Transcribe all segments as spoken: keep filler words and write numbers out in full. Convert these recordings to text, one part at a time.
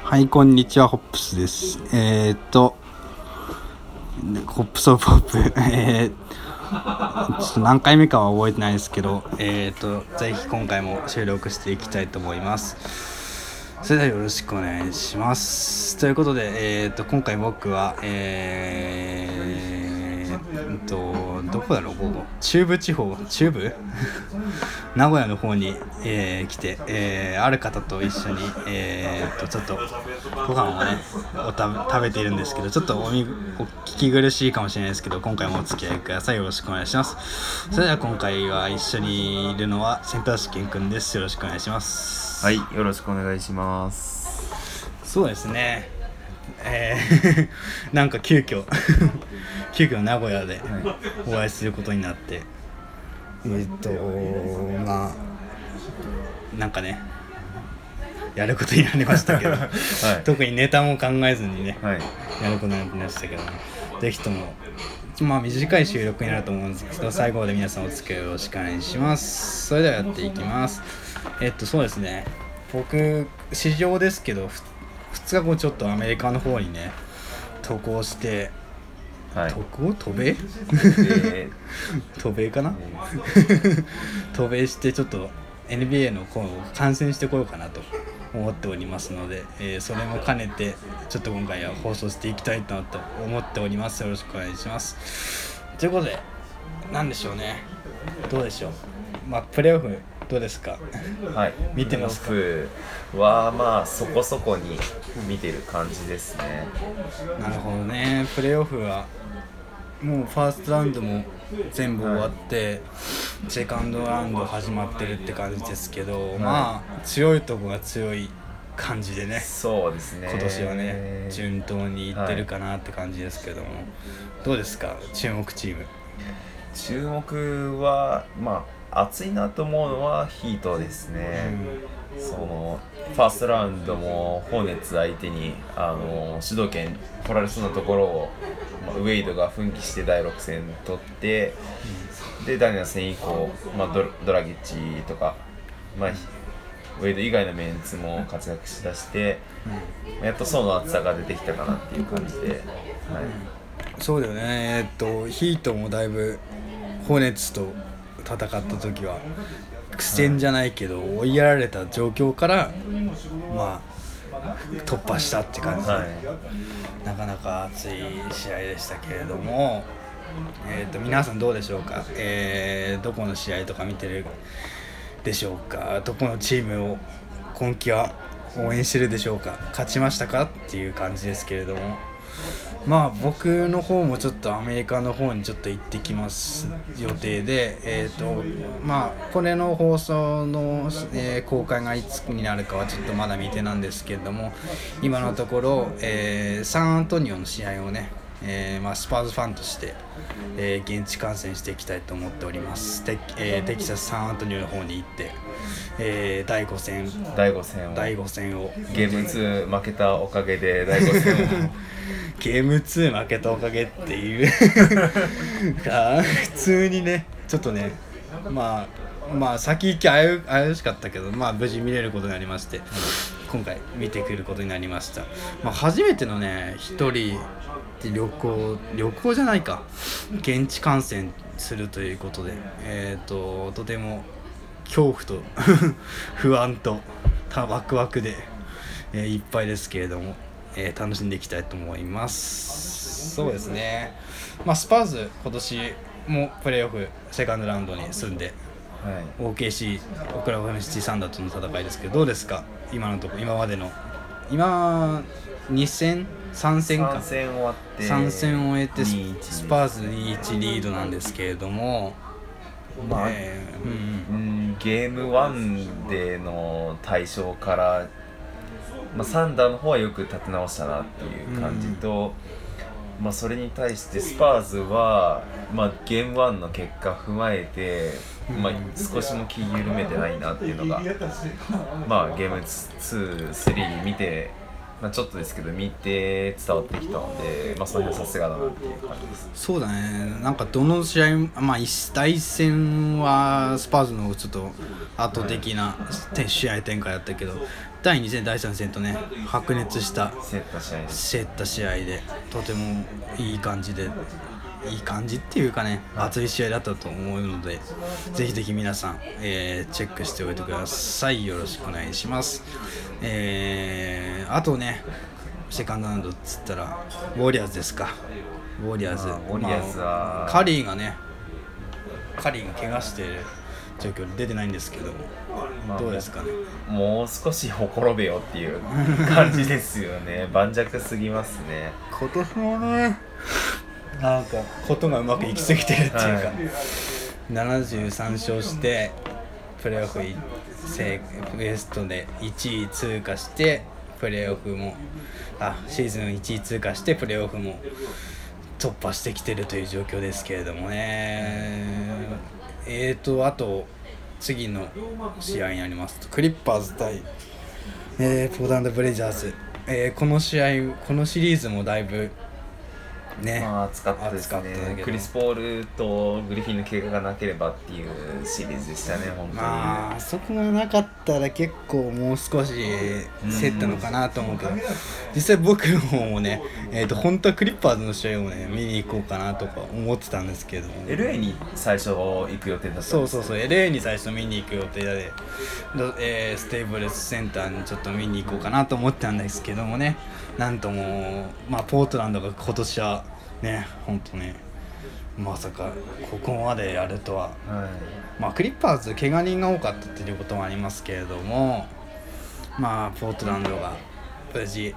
はい、こんにちは、ホップスです。えー、っと、ホップスオブホップ、えー、ちょっと何回目かは覚えてないですけど、えー、っと、ぜひ今回も収録していきたいと思います。それではよろしくお願いします。ということで、えー、っと、今回僕は、えー、っと、どこだろう、ここ、中部地方、中部名古屋の方に、えー、来て、えー、ある方と一緒に、えー、とちょっとご飯をねおた食べているんですけど、ちょっとおみお聞き苦しいかもしれないですけど、今回もお付き合いください。よろしくお願いします。それでは今回は一緒にいるのはセンター試験くんです。よろしくお願いします。 はい、よろしくお願いします。 そうですね、えー、なんか急遽急遽名古屋でお会いすることになって、えー、っとまあなんかねやることになりましたけど、はい、特にネタも考えずにね、はい、やることになりましたけど、ぜひともまあ短い収録になると思うんですけど、最後まで皆さんお付き合いよろしくお願いします。それではやっていきます。えっとそうですね、僕市場ですけどふつかごちょっとアメリカの方にね渡航して、はい、渡航渡米渡米かな渡米してちょっと エヌビーエー の方を観戦してこようかなと思っておりますので、えー、それも兼ねてちょっと今回は放送していきたいなと思っております。よろしくお願いします。ということで、なんでしょうね、どうでしょう、まあプレーオフどうですか？ はい、 見てますか？ プレーオフはまあそこそこに見てる感じですね。 なるほどね。プレーオフはもうファーストラウンドも全部終わって、はい、セカンドラウンド始まってるって感じですけど、はい、まあ強いとこが強い感じでね、 そうですね、 今年はね順当にいってるかなって感じですけども、はい、どうですか注目チーム？ 注目はまあ熱いなと思うのはヒートですね、うん、そのファーストラウンドもホーネッツ相手にあの主導権取られそうなところを、まあ、ウェイドが奮起してだいろく戦取って、うん、でだいなな戦以降、まあ、ド, ドラギッチとか、まあ、ウェイド以外のメンツも活躍しだして、うん、やっと層の厚さが出てきたかなっていう感じで、はい、 そうだよね。えー、っとヒートもだいぶホーネッツと戦った時は苦戦じゃないけど、はい、追いやられた状況からまあ突破したって感じで、はい、なかなか熱い試合でしたけれども、えー、と皆さんどうでしょうか、えー、どこの試合とか見てるでしょうか、どこのチームを今季は応援してるでしょうか、勝ちましたかっていう感じですけれども、まあ僕の方もちょっとアメリカの方にちょっと行ってきます予定で、えーとまあこれの放送の、えー、公開がいつになるかはちょっとまだ未定なんですけれども、今のところ、えー、サンアントニオの試合をね、えーまあ、スパーズファンとして、えー、現地観戦していきたいと思っております。テ、えー、テキサスサンアントニオの方に行って、えー、だいご戦だいご戦をだいご戦をゲームツー負けたおかげでだいご戦をゲームツー負けたおかげっていう普通にねちょっとねまあまあ先行き危うしかったけど、まあ無事見れることになりまして、今回見てくることになりました。まあ、初めてのね一人で旅行旅行じゃないか現地観戦するということで、えーととても恐怖と不安とワクワクで、えー、いっぱいですけれども、えー、楽しんでいきたいと思います。そうですね、まあ、スパーズ今年もプレーオフセカンドラウンドに進んで、はい、オーケーシー オクラホマシティサンダーとの戦いですけど、どうですか今のところ、今までの今に戦さん戦かさん戦終わってさん戦を終えてスパーズ にたいいち リードなんですけれども、 まあえーうん、ゲームワンでの対象から、まあ、サンダーの方はよく立て直したなっていう感じと、うんまあ、それに対してスパーズは、まあ、ゲームワンの結果踏まえて、まあ、少しも気緩めてないなっていうのが、まあ、ゲームツー、スリー見てまあ、ちょっとですけど見て伝わってきたので、まあ、その辺はさすがだなっていう感じです。 そうだね、なんかどの試合、まあ、一第一戦はスパーズのちょっと圧倒的な試合展開だったけど、だいに戦、だいさん戦とね、白熱した競った試合です。 競った試合で、とてもいい感じで、いい感じっていうかね、熱い試合だったと思うので、ぜひぜひ皆さん、えーチェックしておいてください。よろしくお願いします。えー、あとね、セカンドラウンドっつったらウォリアーズですか。ウォリアーズ、 まあウォリアーズはまあカリーがねカリーが怪我している状況で出てないんですけど、 まあどうですかね。 もう少しほころべよっていう感じですよね。盤石すぎますね。 今年もね、なんかことがうまくいきすぎてるっていうか、 はい、 ななじゅうさん勝してプレーオフウエストでいちい通過して、プレーオフもあシーズンいちい通過してプレーオフも突破してきてるという状況ですけれどもね。えーとあと次の試合になりますと、クリッパーズ対、えー、ポートランドブレイザーズ、えー、この試合このシリーズもだいぶね、 まあ暑かったですね。クリス・ポールとグリフィンの怪我がなければっていうシリーズでしたね、本当に。 まあそこがなかったら結構もう少し競ったのかなと思うけど、実際僕の方もね、えー、と本当はクリッパーズの試合をね見に行こうかなとか思ってたんですけど、 エルエー に最初行く予定だったんです。 そうそうそう、 エルエー に最初見に行く予定で、えー、ステーブルスセンターにちょっと見に行こうかなと思ってたんですけどもね、なんとも、まあ、ポートランドが今年はね、本当ね、まさかここまでやるとは、 はい、 まあクリッパーズ怪我人が多かったっていうこともありますけれども、まあポートランドが無事、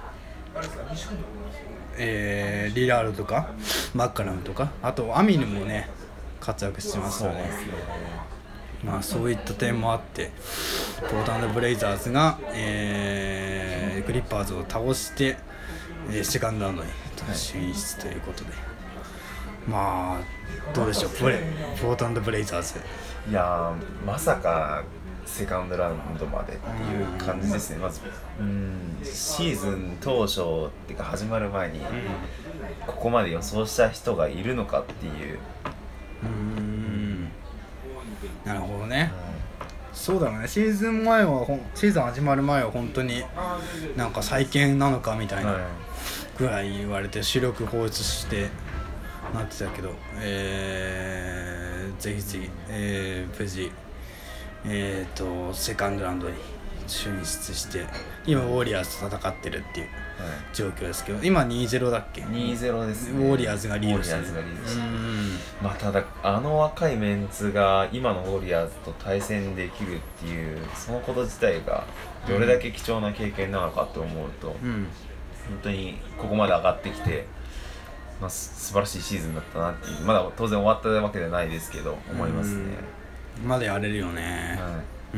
えー、リラールとかマッカラムとか、あとアミヌもね活躍してますよね。まあそういった点もあって、ポートランドブレイザーズが、えー、クリッパーズを倒して、えー、セカンドラウンドに進出ということで、まあどうでしょう、プレポートランドブレイザーズ。 いやー、まさかセカンドラウンドまでっていう感じですね。まずうんシーズン当初っていうか始まる前に、ここまで予想した人がいるのかっていう。 うーん、なるほどね。そうだね、シーズン前はほんシーズン始まる前は本当になんか再建なのかみたいなぐらい言われて主力放出してなってたけど、えー、ぜひぜひ、えー、無事、えー、とセカンドラウンドに進出して今ウォリアーズと戦ってるっていう状況ですけど、今 にたいゼロ だっけ。 にたいゼロですね。 ウォリアーズがリードしてる。 ウォリアーズがリードしてる。まあただあの若いメンツが今のウォリアーズと対戦できるっていうそのこと自体がどれだけ貴重な経験なのかと思うと、うん、本当にここまで上がってきて、まあ、素晴らしいシーズンだったなっていう、まだ当然終わったわけじゃないですけど思いますね。 うん、まだやれるよね。はい、うん、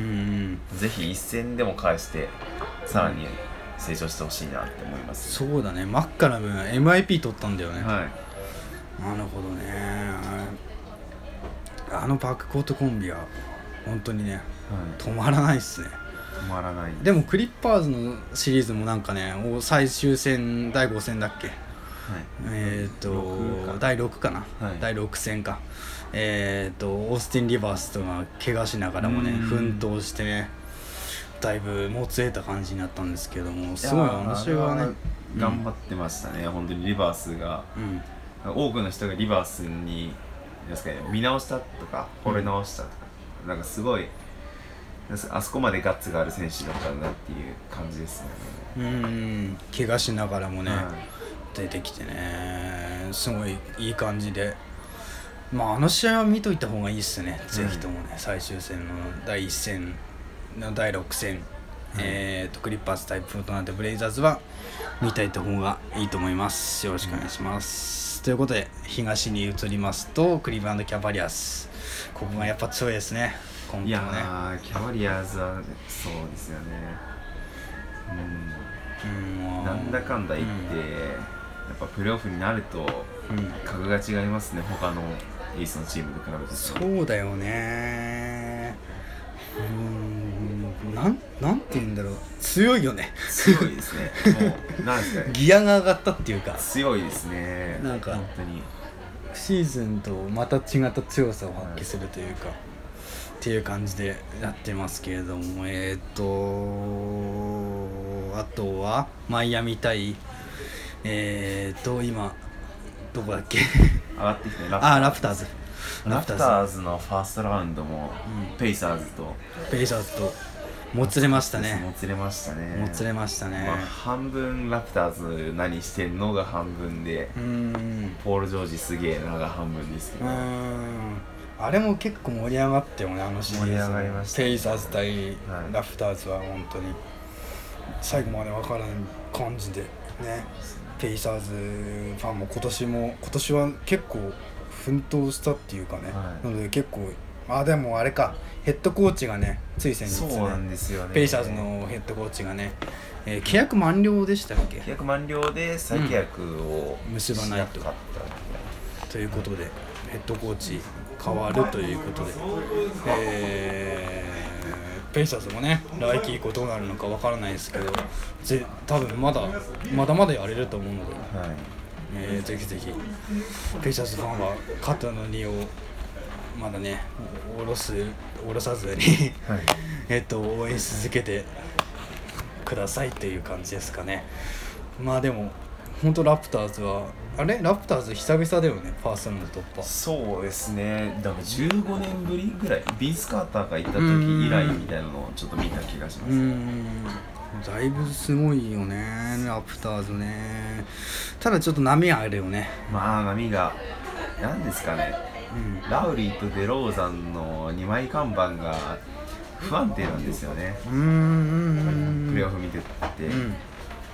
ぜひ一戦でも返してさらに成長してほしいなって思います、 ね。そうだね、マッカラム エムアイピー 取ったんだよね。 はい、 なるほどね。あのバックコートコンビは本当にね、はい、止まらないっすね。 止まらない。 でもクリッパーズのシリーズもなんかね、最終戦だいご戦だっけ、はい、えっ、ー、とだいろくかな、はい、だいろく戦か、えっ、ー、とオースティン・リバースとか怪我しながらもね奮闘してね、だいぶもつれた感じになったんですけども、すごい面白いわね。 頑張ってましたね、うん、本当にリバースが、うん、多くの人がリバースにですか、ね、見直したとか惚れ直したとか、うん、なんかすごいあそこまでガッツがある選手だったんだっていう感じですね。 うん、怪我しながらもね、はい、出てきてね、すごいいい感じで、まああの試合は見といた方がいいっすね、うん、ぜひともね。最終戦のだいいち戦のだいろく戦、うん、えーとクリッパーズ対ポートランドブレイザーズは見といた方がいいと思います。よろしくお願いします、うん、ということで東に移りますとクリーブランドキャバリアーズ、ここがやっぱ強いですね。今季もね、いやキャバリアーズはそうですよね。うん、うん、なんだかんだ言って、うん、やっぱプレーオフになると格が違いますね、他のエースのチームと比べて。 そうだよね。うん、なんなんて言うんだろう、強いよね。 強いですね。もうなんですかね、 ギアが上がったっていうか、 強いですね。 なんか本当にシーズンとまた違った強さを発揮するというか、はい、っていう感じでやってますけれども、えっ、ー、とあとはマイアミ対えっ、ー、と今どこだっけ上がってきてラプターズ。 あラプターズラプターズのファーストラウンドも、うん、ペイサーズとペイサーズともつれましたね。 もつれましたね。 もつれましたね。 まあ、半分ラプターズ何してんのが半分で、うーんポール・ジョージすげえなが半分ですけど、うーんあれも結構盛り上がってもね、あのシリーズ。 盛り上がりました、ね。 ペイサーズ対ラプターズは本当に最後まで分からん感じでね。ペイサーズファンも今年も今年は結構奮闘したっていうかね、はい、なので結構あでもあれかヘッドコーチがねつい先日ね、 そうなんですよね、 ペイサーズのヘッドコーチがね、えー、契約満了でしたっけ。 契約満了で再契約を、 うん、結ばないとということでヘッドコーチ変わるということで、えー、ペイサーズもね来季以降どうなるのかわからないですけど、ぜ多分まだまだまだやれると思うので、はいえー、ぜひぜひペイサーズファンは肩の荷をまだね下ろす下ろさずに、はい、えっと応援し続けてくださいという感じですかね。まあでも本当ラプターズはあれラプターズ久々だよねファーストラウンド突破。 そうですね、だからじゅうごねんぶりぐらいビンス・カーターがいた時以来みたいなのをちょっと見た気がします、ね、うんだいぶすごいよねラプターズね。ただちょっと波あるよね。 まあ波がなんですかね、うん、ラウリーとデローザンのにまい看板が不安定なんですよね。うーんプレーオフ見てて、うん、そうですね。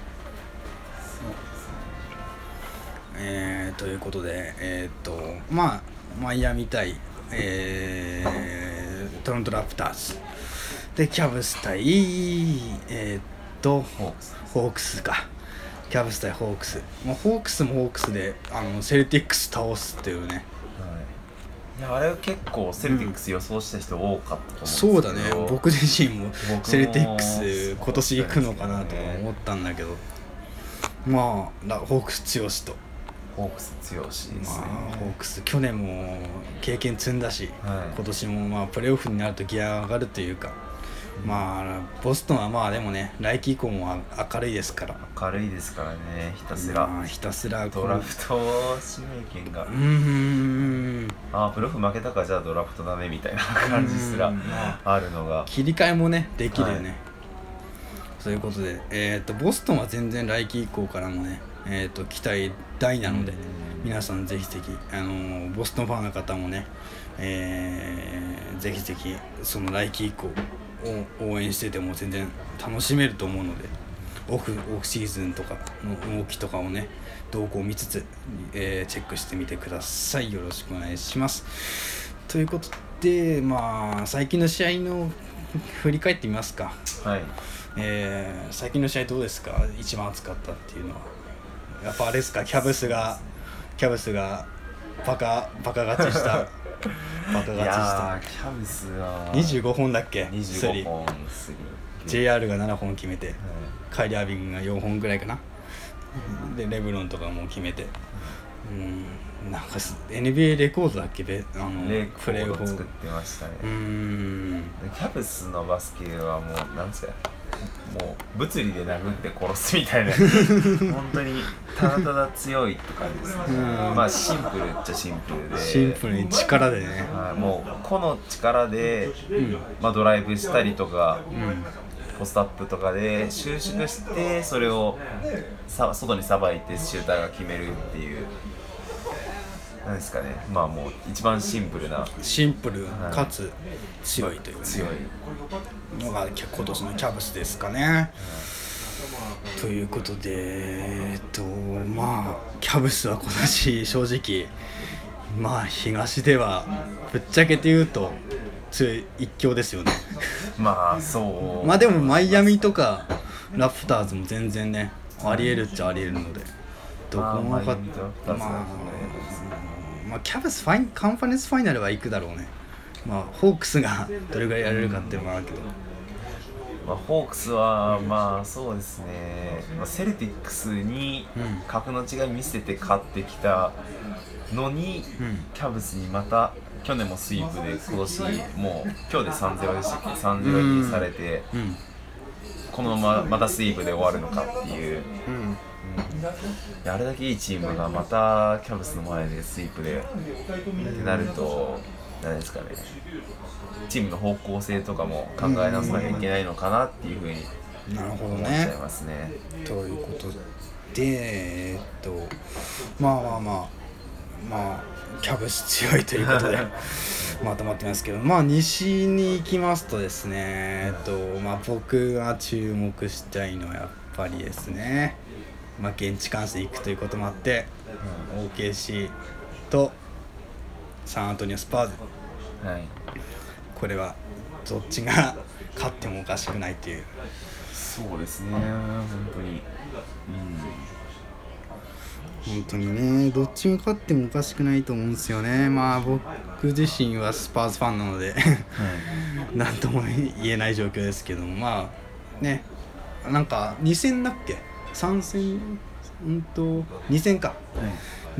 えー、ということでえー、っとまあマイアミ対、えー、トロントラプターズでキャブス対えー、っとホークスかキャブス対ホークス、まあ、ホークスもホークスであのセルティックス倒すっていうね。 いやあれは結構セルティックス予想した人多かったと思うんですけど、 うん、そうだね僕自身もセルティックス今年行くのかなと思ったんだけど、まあホークス強しとホークス強しですね、 まあ、ホークス去年も経験積んだし、はい、今年もまあプレーオフになるとギア上がるというか、うん、まあボストンはまあでもね来季以降も明るいですから明るいですからね。ひたすら、 まあ、ひたすらドラフト指名権がうーんああプレーオフ負けたかじゃあドラフトだねみたいな感じすらあるのが切り替えもねできるよね、はい、そういうことで、えー、とボストンは全然来季以降からもね、えー、と期待大なので、皆さんぜひぜひ、あのー、ボストンファンの方もね、えー、ぜひぜひその来季以降を応援してても全然楽しめると思うので、オフオフシーズンとかの動きとかをね動向を見つつ、えー、チェックしてみてください。よろしくお願いします。ということで、まあ最近の試合の振り返ってみますか。 はい。 えー、最近の試合どうですか。一番熱かったっていうのはやっぱあれですか。キャブスがキャブスがバカバカ勝ちしたバカ勝ちした。いやキャブスはにじゅうごほんだっけ。 にじゅうごほんスリージェイアール がななほん決めて、はい、カイリー・アービングがよんほんぐらいかな、うん、でレブロンとかも決めて、うん、なんか エヌビーエー レコードだっけあのレコード作ってましたね。うーんキャブスのバスケはもうなんですかもう物理で殴って殺すみたいな本当にただただ強いって感じですね。まあシンプルっちゃシンプルでシンプルに力でね、 はい、もう個の力で、うんまあ、ドライブしたりとか、うんポストアップとかで収縮してそれをさ外にさばいてシューターが決めるっていうなんですかね。まあもう一番シンプルなシンプルかつ強いという、ね、 強いのが今年のキャブスですかね、うん、ということでえっとまあキャブスは今年正直まあ東ではぶっちゃけて言うと強い一強ですよねまあそうまあでもマイアミとかラプターズも全然ねありえるっちゃありえるのでどこも分かってまあ、まあ、キャブスファインカンファレンスファイナルは行くだろうね。まあホークスがどれぐらいやれるかっていうのはあるけど、 まあ、ホークスはまあそうですね、まあ、セルティックスに格の違い見せて勝ってきたのに、うん、キャブスにまた去年もスイープで今年もう今日で さんたいゼロ でしたっけ さんたいゼロ にされて、うんうん、このまままたスイープで終わるのかっていう、うんうん、あれだけいいチームがまたキャブスの前でスイープでってなると何ですかね、チームの方向性とかも考え直さなきゃいけないのかなっていうふうに思っちゃいますね。 ということで、えー、っとまあまあまあまあキャブス強いということでまとまってますけど、まあ西に行きますとですね、えっとまあ僕が注目したいのはやっぱりですね、まあ現地観戦行くということもあって、うん、オーケーシー とサンアントニオスパーズ、はい、これはどっちが勝ってもおかしくないっていう。 そうですね、本当に、 うん、本当にね、どっちが勝ってもおかしくないと思うんですよね。まあ僕自身はスパーズファンなので何とも言えない状況ですけども、まあね、なんかに戦だっけさん戦うんとに戦か、はい、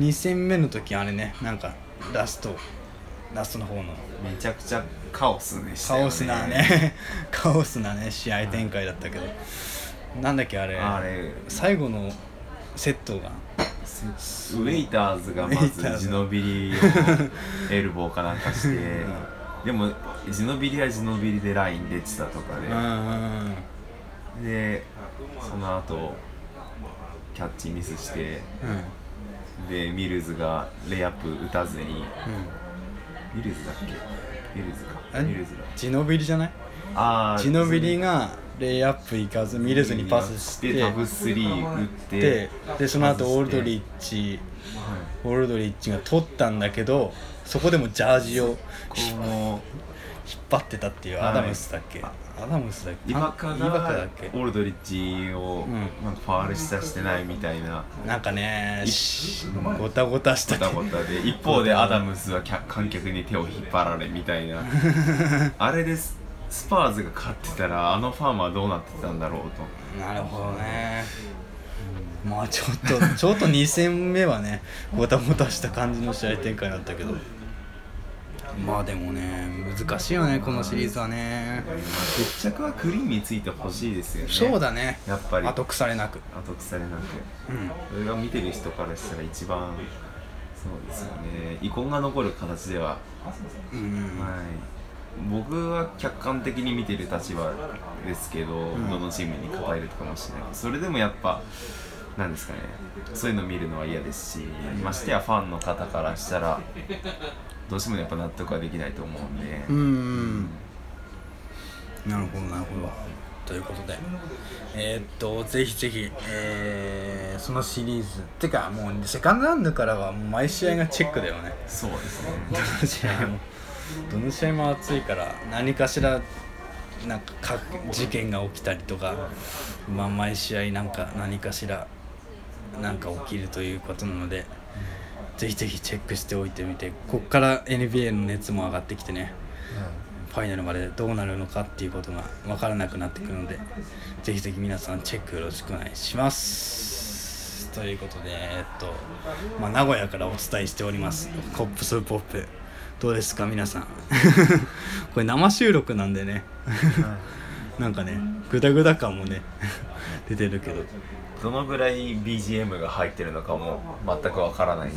に戦目の時あれね、なんかラストラストの方のめちゃくちゃカオスでしたよね。 カオスなねカオスなね試合展開だったけど、なんだっけあれあれ最後のセットがウェイターズがまずジノビリをエルボーかなんかして、うん、でもジノビリはジノビリでライン出てたとかで、うん、でその後キャッチミスして、うん、でミルズがレイアップ打たずに、うん、ミルズだっけミルズかミルズだジノビリじゃない？あジノビリがレイアップいかずミルズにパスしてタブスリー打ってでその後オールドリッチ、はい、オールドリッチが取ったんだけど、そこでもジャージを引っ張ってたっていう、アダムスだっけ、はい、アダムスだっけイバカがオールドリッチをなんかファールしたしてないみたいな、 うん、なんかねごたごたしたごたごたで、一方でアダムスは観客に手を引っ張られみたいなあれですスパーズが勝ってたらあのファームはどうなってたんだろうと。 なるほどね、うん、まあちょっとちょっとに戦目はねごたごたした感じの試合展開だったけど、まあでもね難しいよねこのシリーズはね。 決着はクリーンについてほしいですよね。 そうだね、 やっぱり後腐れなく後腐れなく、うん、それが見てる人からしたら一番そうですよね、遺恨が残る形では、うん、はい、僕は客観的に見てる立場ですけど、うん、どのチームに偏るかもしれない。それでもやっぱなんですかね、そういうの見るのは嫌ですし、ましてやファンの方からしたらどうしてもやっぱ納得はできないと思うんで、うん、うん、 なるほどなるほど。ということでえー、っとぜひぜひ、えー、そのシリーズってかもうセカンドラウンドからはもう毎試合がチェックだよね。 そうですね、 どの試合もどの試合も熱いから何かしらなんか各事件が起きたりとか、まあ、毎試合なんか何かしらなんか起きるということなので、ぜひぜひチェックしておいてみて、ここから エヌビーエー の熱も上がってきてね、うん、ファイナルまでどうなるのかっていうことが分からなくなってくるので、ぜひぜひ皆さんチェックよろしくお願いします。ということで、えっとまあ、名古屋からお伝えしておりますコップスポップ、どうですか皆さんこれ生収録なんでねなんかねグダグダ感もね出てるけど、 どのぐらい ビージーエム が入ってるのかも全くわからない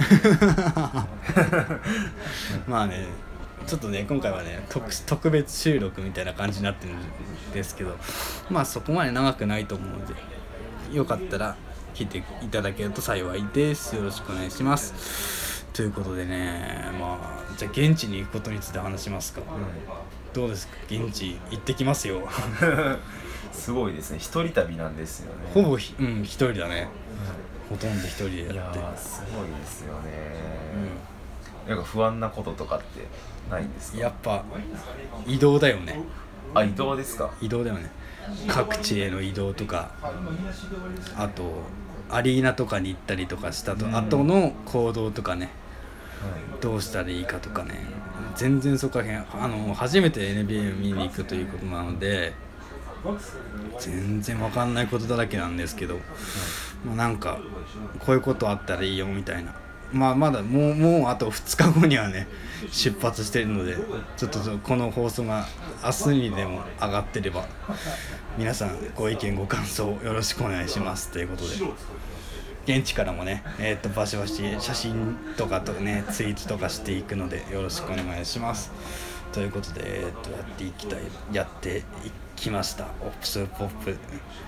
まあねちょっとね今回はね 特, 特別収録みたいな感じになってるんですけど、まあそこまで長くないと思うので、よかったら聞いていただけると幸いです。よろしくお願いします。ということでね、まあじゃあ現地に行くことについて話しますか、うん、どうですか現地行ってきますよすごいですね、一人旅なんですよね。 ほぼひ、うん、一人だね、うん、ほとんど一人でやって。いやすごいですよね、うん、なんか不安なこととかってないんですか？ やっぱ移動だよね。 あ、移動ですか？ 移動だよね、各地への移動とか、あとアリーナとかに行ったりとかしたと、うん、後の行動とかね、はい、どうしたらいいかとかね、全然そこら辺あの初めて エヌビーエー 見に行くということなので、 全然わかんないことだらけなんですけど、まあ、なんかこういうことあったらいいよみたいな、まあまだもうもうあとふつかごにはね出発してるので、ちょっとこの放送が明日にでも上がってれば皆さんご意見ご感想よろしくお願いしますということで、現地からもね、えー、とバシバシ写真とかとねツイートとかしていくのでよろしくお願いしますということで、えー、とやっていきたいやっていきました。オプスポップ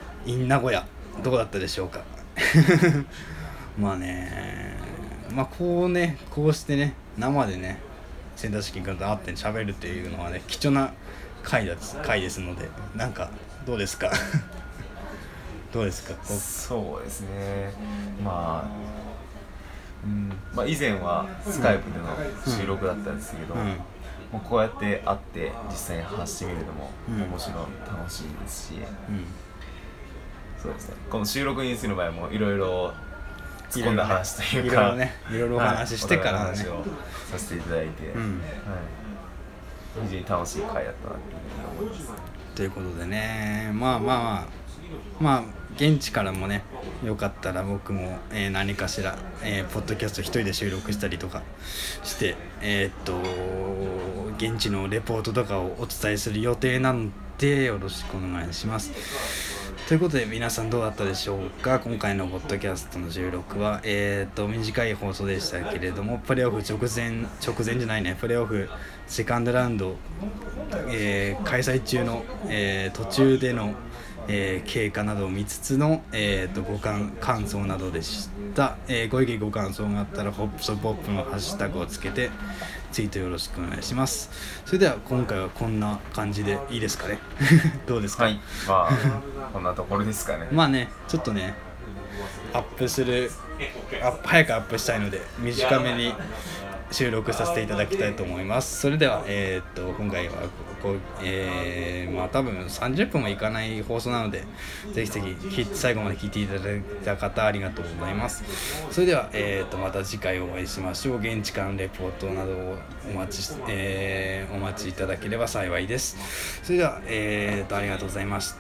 in 名古屋どうだったでしょうかまあね、まあこうねこうしてね生でねセンター試験君と会って喋るっていうのはね貴重な回です回ですので、なんかどうですかどうですか。 そうですね、まあ、うんまあ、以前はスカイプでの収録だったんですけど、うんうん、もうこうやって会って実際に話してみるのも面白い、うん、楽しいですし、うん、そうですね、この収録にする前もいろいろ突っ込んだ話というか、 いろいろねいろいろお話ししてからね、 はい、お話をさせていただいて、うん、はい、非常に楽しい回だったなというふうに思います。 ということでね、まあまあまあまあ現地からもねよかったら僕も、えー、何かしら、えー、ポッドキャスト一人で収録したりとかしてえー、っと現地のレポートとかをお伝えする予定なのでよろしくお願いします。ということで皆さんどうだったでしょうか。今回のポッドキャストの収録は、えー、っと短い放送でしたけれども、プレーオフ直前直前じゃないねプレーオフセカンドラウンド、えー、開催中の、えー、途中でのえー、経過などを見つつの、えー、とご感感想などでした、えー、ご意見ご感想があったらホップスポップのハッシュタグをつけてツイートよろしくお願いします。それでは今回はこんな感じでいいですかねどうですか。 はい、まあこんなところですかね。 まあねちょっとねアップするアップ早くアップしたいので短めに収録させていただきたいと思います。それでは、えー、っと今回はこう、えー、まあ多分さんじゅっぷんもいかない放送なのでぜひぜひ最後まで聞いていただいた方ありがとうございます。それでは、えー、っとまた次回お会いしましょう。現地間レポートなどをお待ちし、えー、お待ちいただければ幸いです。それでは、えー、っとありがとうございました。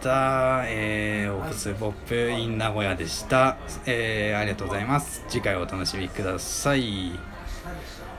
えー、オプスポップ in 名古屋でした。えー、ありがとうございます。次回お楽しみください。